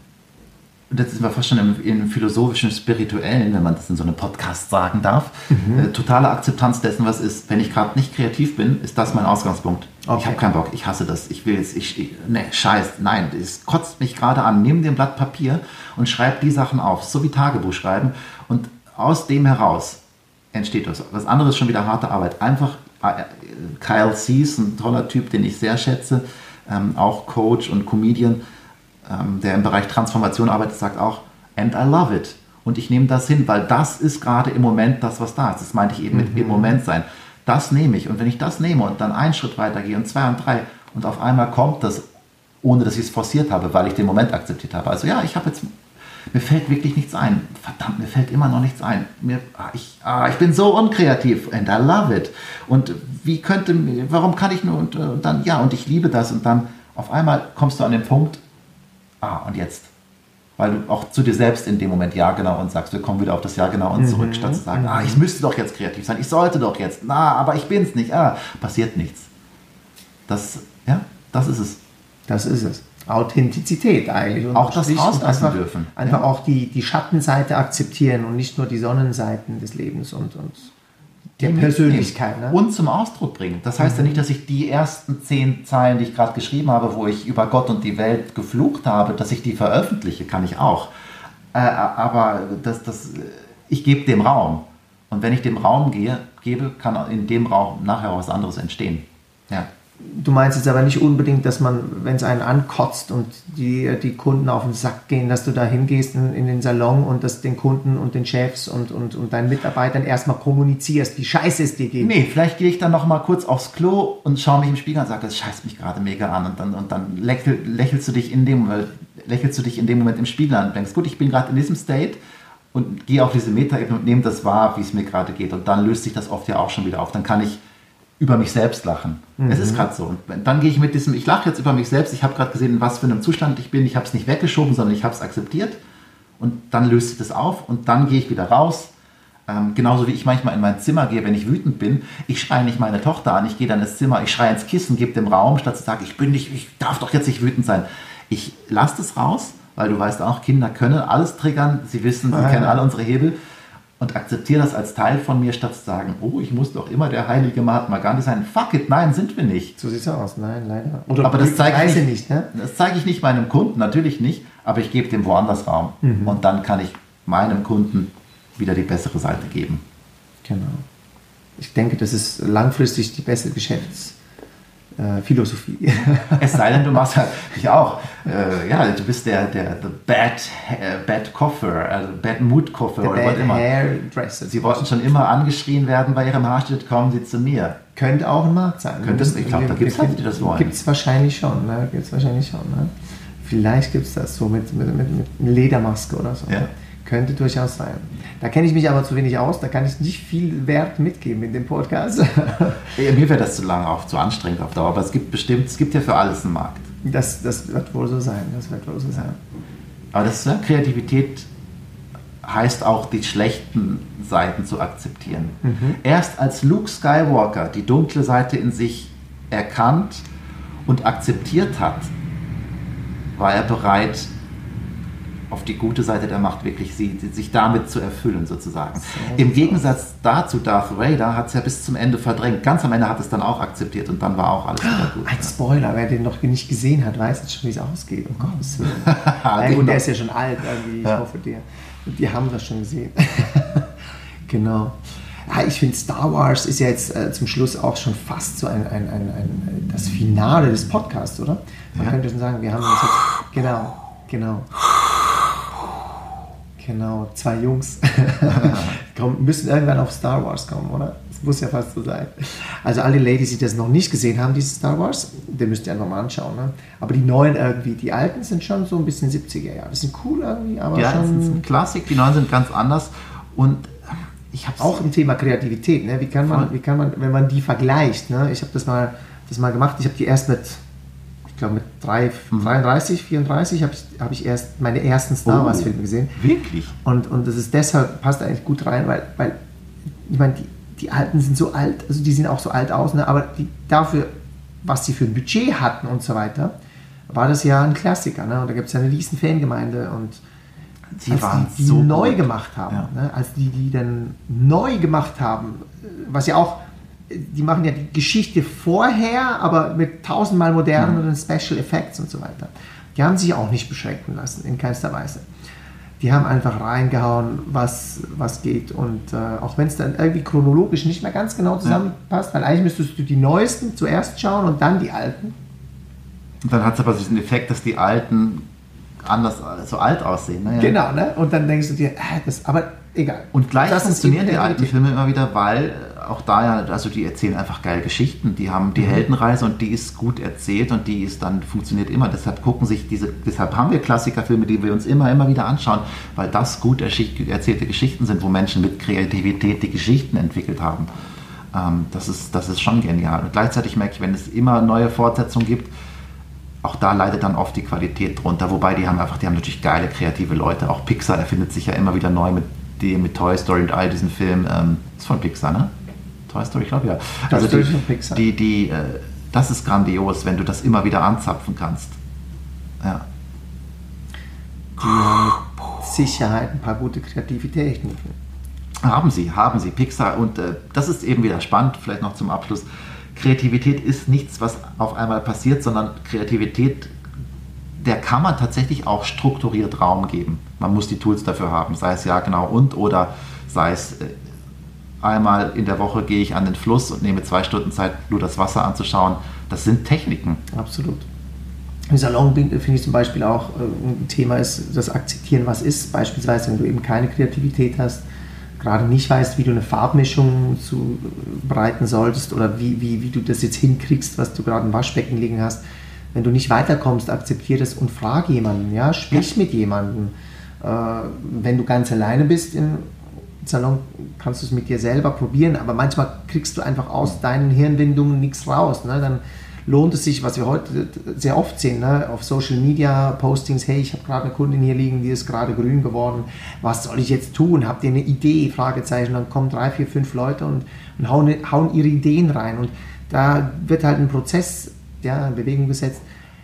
das sind wir fast schon im, im philosophischen, spirituellen, wenn man das in so einem Podcast sagen darf, mhm. äh, totale Akzeptanz dessen, was ist. Wenn ich gerade nicht kreativ bin, ist das mein Ausgangspunkt. Okay. Ich habe keinen Bock, ich hasse das, ich will jetzt, ich, ich ne, scheiß, nein, es kotzt mich gerade an. Nimm dir ein Blatt Papier und schreib die Sachen auf, so wie Tagebuch schreiben und aus dem heraus entsteht was. Was anderes ist schon wieder harte Arbeit. Einfach, äh, Kyle Cease, ein toller Typ, den ich sehr schätze, ähm, auch Coach und Comedian, ähm, der im Bereich Transformation arbeitet, sagt auch, and I love it. Und ich nehme das hin, weil das ist gerade im Moment das, was da ist. Das meinte ich eben mit mhm. im Moment sein. Das nehme ich. Und wenn ich das nehme und dann einen Schritt weiter gehe und zwei und drei und auf einmal kommt das, ohne dass ich es forciert habe, weil ich den Moment akzeptiert habe. Also ja, ich habe jetzt, mir fällt wirklich nichts ein. Verdammt, mir fällt immer noch nichts ein. Mir, ah, ich, ah, ich bin so unkreativ and I love it. Und wie könnte, warum kann ich nur, und, und dann, ja, und ich liebe das. Und dann auf einmal kommst du an den Punkt, ah, und jetzt? Weil du auch zu dir selbst in dem Moment ja genau und sagst, wir kommen wieder auf das ja genau und mhm. zurück, statt zu sagen, mhm. ah, ich müsste doch jetzt kreativ sein, ich sollte doch jetzt, na, aber ich bin's nicht, ah, passiert nichts. Das, ja, das ist es. Das ist es. Authentizität eigentlich. Und auch das rauslassen dürfen. Einfach ja. auch die, die Schattenseite akzeptieren und nicht nur die Sonnenseiten des Lebens und, und der Persönlichkeit. Ne? Und zum Ausdruck bringen. Das heißt mhm. ja nicht, dass ich die ersten zehn Zeilen, die ich gerade geschrieben habe, wo ich über Gott und die Welt geflucht habe, dass ich die veröffentliche, kann ich auch. Äh, aber das, das, ich gebe dem Raum. Und wenn ich dem Raum gehe, gebe, kann in dem Raum nachher was anderes entstehen. Ja. Du meinst jetzt aber nicht unbedingt, dass man, wenn es einen ankotzt und die, die Kunden auf den Sack gehen, dass du da hingehst in, in den Salon und das den Kunden und den Chefs und, und, und deinen Mitarbeitern erstmal kommunizierst, wie scheiße es dir geht. Nee, vielleicht gehe ich dann noch mal kurz aufs Klo und schaue mich im Spiegel an und sage, das scheißt mich gerade mega an. Und dann, und dann lächel, lächelst, du dich in dem, lächelst du dich in dem Moment im Spiegel an und denkst, gut, ich bin gerade in diesem State und gehe auf diese Metaebene und nehme das wahr, wie es mir gerade geht. Und dann löst sich das oft ja auch schon wieder auf. Dann kann ich über mich selbst lachen. Mhm. Es ist gerade so. Und dann gehe ich mit diesem, ich lache jetzt über mich selbst, ich habe gerade gesehen, in was für einem Zustand ich bin, ich habe es nicht weggeschoben, sondern ich habe es akzeptiert und dann löst sich das auf und dann gehe ich wieder raus. Ähm, genauso wie ich manchmal in mein Zimmer gehe, wenn ich wütend bin. Ich schreie nicht meine Tochter an, ich gehe dann ins Zimmer, ich schreie ins Kissen, gebe dem Raum, statt zu sagen, ich bin nicht, ich darf doch jetzt nicht wütend sein. Ich lasse das raus, weil du weißt auch, Kinder können alles triggern, sie wissen, sie ah, kennen ja. alle unsere Hebel. Und akzeptiere das als Teil von mir, statt zu sagen, oh, ich muss doch immer der heilige Mahatma Gandhi sein. Fuck it, nein, sind wir nicht. So sieht es aus, nein, leider. Oder aber das zeige ich nicht, nicht ne? Das zeige ich nicht meinem Kunden, natürlich nicht, aber ich gebe dem woanders Raum. Mhm. Und dann kann ich meinem Kunden wieder die bessere Seite geben. Genau. Ich denke, das ist langfristig die beste Geschäftsphilosophie. Es sei denn, du machst ja, ich auch, äh, ja, du bist der, der the bad, äh, bad Koffer, also bad Mood Koffer oder was immer. Hairdresser. Sie wollten schon immer angeschrien werden bei ihrem Haarschnitt, kommen Sie zu mir. Könnte auch ein Markt sein. Könnte es, ich glaube, da gibt es Leute, die das wollen. Gibt es wahrscheinlich schon, ne? Gibt's wahrscheinlich schon, ne? Vielleicht gibt es das so mit, mit, mit, mit Ledermaske oder so. Ja. Könnte durchaus sein. Da kenne ich mich aber zu wenig aus, da kann ich nicht viel Wert mitgeben in dem Podcast. Ja, mir wäre das zu lang, auch zu anstrengend auf Dauer, aber es gibt bestimmt, es gibt ja für alles einen Markt. Das, das wird wohl so sein, das wird wohl so sein. Aber das, ja, Kreativität heißt auch, die schlechten Seiten zu akzeptieren. Mhm. Erst als Luke Skywalker die dunkle Seite in sich erkannt und akzeptiert hat, war er bereit, auf die gute Seite der Macht wirklich sie, sich damit zu erfüllen sozusagen. So, Im Gegensatz dazu, Darth Vader hat es ja bis zum Ende verdrängt. Ganz am Ende hat es dann auch akzeptiert und dann war auch alles wieder gut. Ein Spoiler, wer den noch nicht gesehen hat, weiß jetzt schon, wie es ausgeht. Um Gottes Willen. Ja, gut, der ist ja schon alt, irgendwie. Ich ja. hoffe, die, die haben das schon gesehen. Genau. Ja, ich finde, Star Wars ist ja jetzt äh, zum Schluss auch schon fast so ein, ein, ein, ein, das Finale des Podcasts, oder? Man ja. könnte schon sagen, wir haben uns jetzt... Genau, genau. Genau, zwei Jungs kommen, müssen irgendwann auf Star Wars kommen, oder? Das muss ja fast so sein. Also alle Ladies, die das noch nicht gesehen haben, dieses Star Wars, den müsst ihr einfach mal anschauen. Ne? Aber die neuen irgendwie, die alten sind schon so ein bisschen siebziger Jahre. Die sind cool irgendwie, aber ja, schon... Ja, das ist ein Klassik, die neuen sind ganz anders. Und ich habe auch im Thema Kreativität, ne? Wie kann man, wie kann man, wenn man die vergleicht, ne? Ich habe das mal, das mal gemacht, ich habe die erst mit... Ich glaube mit drei, dreiunddreißig, vierunddreißig habe ich, hab ich erst meine ersten Star Wars Filme gesehen. Wirklich? Und, und das ist deshalb, passt eigentlich gut rein, weil, weil ich meine, die, die Alten sind so alt, also die sehen auch so alt aus, ne? Aber die, dafür, was sie für ein Budget hatten und so weiter, war das ja ein Klassiker. Ne? Und da gibt es ja eine riesen Fangemeinde und die als waren die, die so neu gut. gemacht haben, Ja. ne? Als die, die dann neu gemacht haben, was ja auch, die machen ja die Geschichte vorher, aber mit tausendmal moderneren Special Effects und so weiter. Die haben sich auch nicht beschränken lassen, in keinster Weise. Die haben einfach reingehauen, was, was geht. Und äh, auch wenn es dann irgendwie chronologisch nicht mehr ganz genau zusammenpasst, weil eigentlich müsstest du die neuesten zuerst schauen und dann die alten. Und dann hat es aber diesen Effekt, dass die alten anders so alt aussehen. Ne? Ja. Genau, ne? Und dann denkst du dir, äh, das, aber egal. Und gleich das funktionieren die alten Filme immer wieder, weil auch da ja, also die erzählen einfach geile Geschichten. Die haben die mhm. Heldenreise und die ist gut erzählt und die ist dann funktioniert immer. Deshalb gucken sich diese, deshalb haben wir Klassikerfilme, die wir uns immer, immer wieder anschauen, weil das gut erzählte Geschichten sind, wo Menschen mit Kreativität die Geschichten entwickelt haben. Ähm, das ist, das ist schon genial. Und gleichzeitig merke ich, wenn es immer neue Fortsetzungen gibt, auch da leidet dann oft die Qualität drunter. Wobei die haben einfach, die haben natürlich geile kreative Leute. Auch Pixar erfindet sich ja immer wieder neu mit dem, mit Toy Story und all diesen Filmen. Ähm, ist von Pixar, ne? Toy Story, ich glaube ja. Also die, Pixar. die, die, äh, das ist grandios, wenn du das immer wieder anzapfen kannst. Ja. Die haben mit Sicherheit ein paar gute kreative Techniken. Haben sie, haben sie. Pixar und äh, das ist eben wieder spannend, vielleicht noch zum Abschluss. Kreativität ist nichts, was auf einmal passiert, sondern Kreativität, der kann man tatsächlich auch strukturiert Raum geben. Man muss die Tools dafür haben, sei es ja genau und oder sei es äh, einmal in der Woche gehe ich an den Fluss und nehme zwei Stunden Zeit, nur das Wasser anzuschauen. Das sind Techniken. Absolut. Im Salon finde ich zum Beispiel auch äh, ein Thema ist das Akzeptieren, was ist. Beispielsweise, wenn du eben keine Kreativität hast, gerade nicht weißt, wie du eine Farbmischung zubereiten solltest oder wie, wie, wie du das jetzt hinkriegst, was du gerade im Waschbecken liegen hast. Wenn du nicht weiterkommst, akzeptiere das und frage jemanden, ja, sprich ja. mit jemandem. Äh, wenn du ganz alleine bist im Salon, kannst du es mit dir selber probieren, aber manchmal kriegst du einfach aus deinen Hirnwindungen nichts raus. Ne? Dann lohnt es sich, was wir heute sehr oft sehen, ne? Auf Social Media Postings, hey, ich habe gerade eine Kundin hier liegen, die ist gerade grün geworden, was soll ich jetzt tun? Habt ihr eine Idee? Fragezeichen. Dann kommen drei, vier, fünf Leute und, und hauen, hauen ihre Ideen rein. Und da wird halt ein Prozess, ja, in Bewegung gesetzt,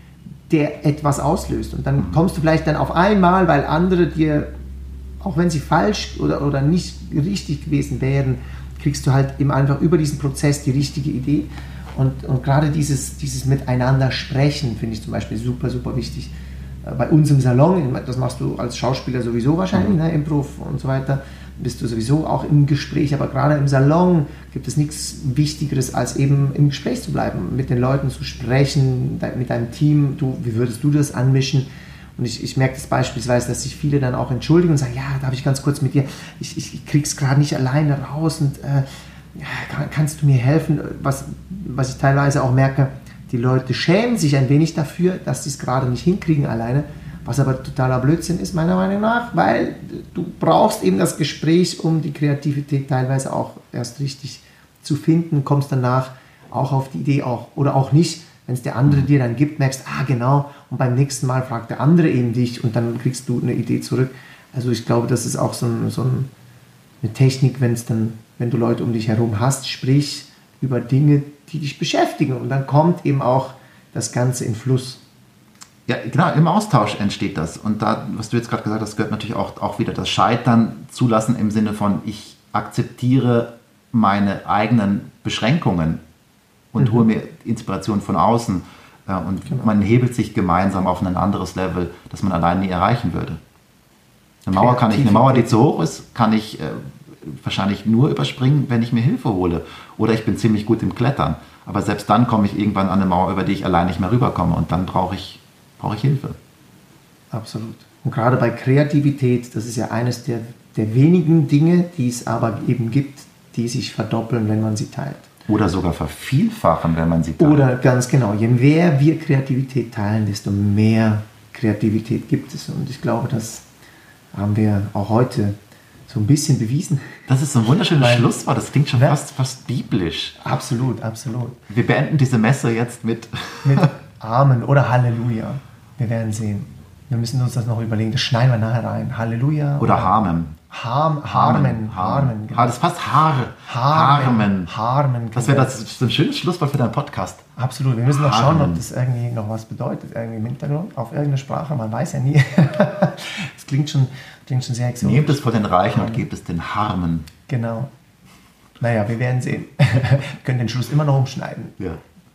der etwas auslöst. Und dann kommst du vielleicht dann auf einmal, weil andere dir, auch wenn sie falsch oder, oder nicht richtig gewesen wären, kriegst du halt eben einfach über diesen Prozess die richtige Idee. Und, und gerade dieses, dieses Miteinander sprechen finde ich zum Beispiel super, super wichtig. Bei uns im Salon, das machst du als Schauspieler sowieso wahrscheinlich, mhm. ne, Improv und so weiter, bist du sowieso auch im Gespräch, aber gerade im Salon gibt es nichts Wichtigeres, als eben im Gespräch zu bleiben, mit den Leuten zu sprechen, mit deinem Team, du, wie würdest du das anmischen? Und ich, ich merke das beispielsweise, dass sich viele dann auch entschuldigen und sagen, ja, darf ich ganz kurz mit dir, ich, ich, ich krieg's gerade nicht alleine raus und äh, ja, kann, kannst du mir helfen? Was, was ich teilweise auch merke, die Leute schämen sich ein wenig dafür, dass sie es gerade nicht hinkriegen alleine, was aber totaler Blödsinn ist, meiner Meinung nach, weil du brauchst eben das Gespräch, um die Kreativität teilweise auch erst richtig zu finden, kommst danach auch auf die Idee auch oder auch nicht, wenn es der andere dir dann gibt, merkst, ah genau, und beim nächsten Mal fragt der andere eben dich und dann kriegst du eine Idee zurück. Also ich glaube, das ist auch so, ein, so ein, eine Technik, wenn es dann, wenn du Leute um dich herum hast, sprich über Dinge, die dich beschäftigen und dann kommt eben auch das Ganze in Fluss. Ja, genau, im Austausch entsteht das. Und da, was du jetzt gerade gesagt hast, gehört natürlich auch, auch wieder das Scheitern zulassen im Sinne von, ich akzeptiere meine eigenen Beschränkungen und mhm. hole mir Inspiration von außen. Äh, und genau. man hebelt sich gemeinsam auf ein anderes Level, das man allein nie erreichen würde. Eine Mauer, kann ich, eine Mauer, die zu hoch ist, kann ich äh, wahrscheinlich nur überspringen, wenn ich mir Hilfe hole. Oder ich bin ziemlich gut im Klettern. Aber selbst dann komme ich irgendwann an eine Mauer, über die ich allein nicht mehr rüberkomme. Und dann brauche ich brauche ich Hilfe. Absolut. Und gerade bei Kreativität, das ist ja eines der, der wenigen Dinge, die es aber eben gibt, die sich verdoppeln, wenn man sie teilt. Oder sogar vervielfachen, wenn man sie teilt. Oder ganz genau, je mehr wir Kreativität teilen, desto mehr Kreativität gibt es. Und ich glaube, das haben wir auch heute so ein bisschen bewiesen. Das ist so ein wunderschönes Weil, Schlusswort, das klingt schon ja, fast, fast biblisch. Absolut, absolut. Wir beenden diese Messe jetzt mit... mit Amen oder Halleluja. Wir werden sehen. Wir müssen uns das noch überlegen. Das schneiden wir nachher rein. Halleluja. Oder, oder Harmen. Harm, Harmen. Harmen. Harmen genau. Das passt. Haare. Harmen. Harmen. Genau. Das wäre das ein schönes Schlusswort für deinen Podcast. Absolut. Wir müssen noch schauen, ob das irgendwie noch was bedeutet. Irgendwie im Hintergrund. Auf irgendeine Sprache. Man weiß ja nie. Das klingt schon, klingt schon sehr exotisch. Nehmt es vor den Reichen und gebt es den Harmen. Genau. Naja, wir werden sehen. Wir können den Schluss immer noch umschneiden. Ja.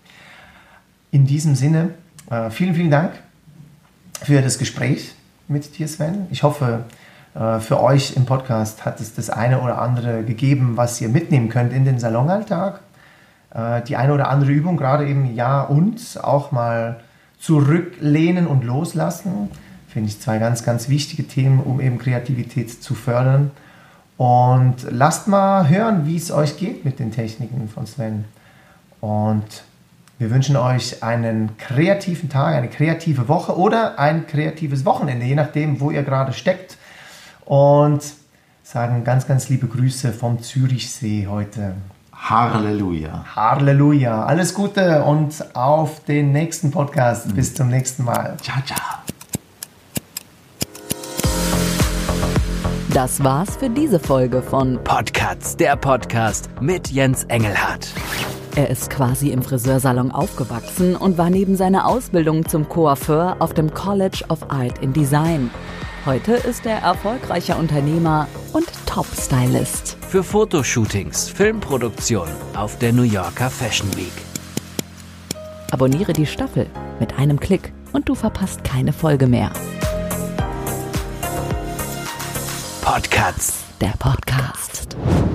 In diesem Sinne, äh, vielen, vielen Dank für das Gespräch mit dir, Sven. Ich hoffe, äh, für euch im Podcast hat es das eine oder andere gegeben, was ihr mitnehmen könnt in den Salonalltag. Äh, die eine oder andere Übung, gerade eben Ja und, auch mal zurücklehnen und loslassen. Finde ich zwei ganz, ganz wichtige Themen, um eben Kreativität zu fördern. Und lasst mal hören, wie es euch geht mit den Techniken von Sven. Und wir wünschen euch einen kreativen Tag, eine kreative Woche oder ein kreatives Wochenende, je nachdem, wo ihr gerade steckt. Und sagen ganz, ganz liebe Grüße vom Zürichsee heute. Halleluja. Halleluja. Alles Gute und auf den nächsten Podcast. Bis zum nächsten Mal. Ciao, ciao. Das war's für diese Folge von Podcasts, der Podcast mit Jens Engelhardt. Er ist quasi im Friseursalon aufgewachsen und war neben seiner Ausbildung zum Coiffeur auf dem College of Art and Design. Heute ist er erfolgreicher Unternehmer und Top-Stylist. Für Fotoshootings, Filmproduktion auf der New Yorker Fashion Week. Abonniere die Staffel mit einem Klick und du verpasst keine Folge mehr. Podcasts, der Podcast.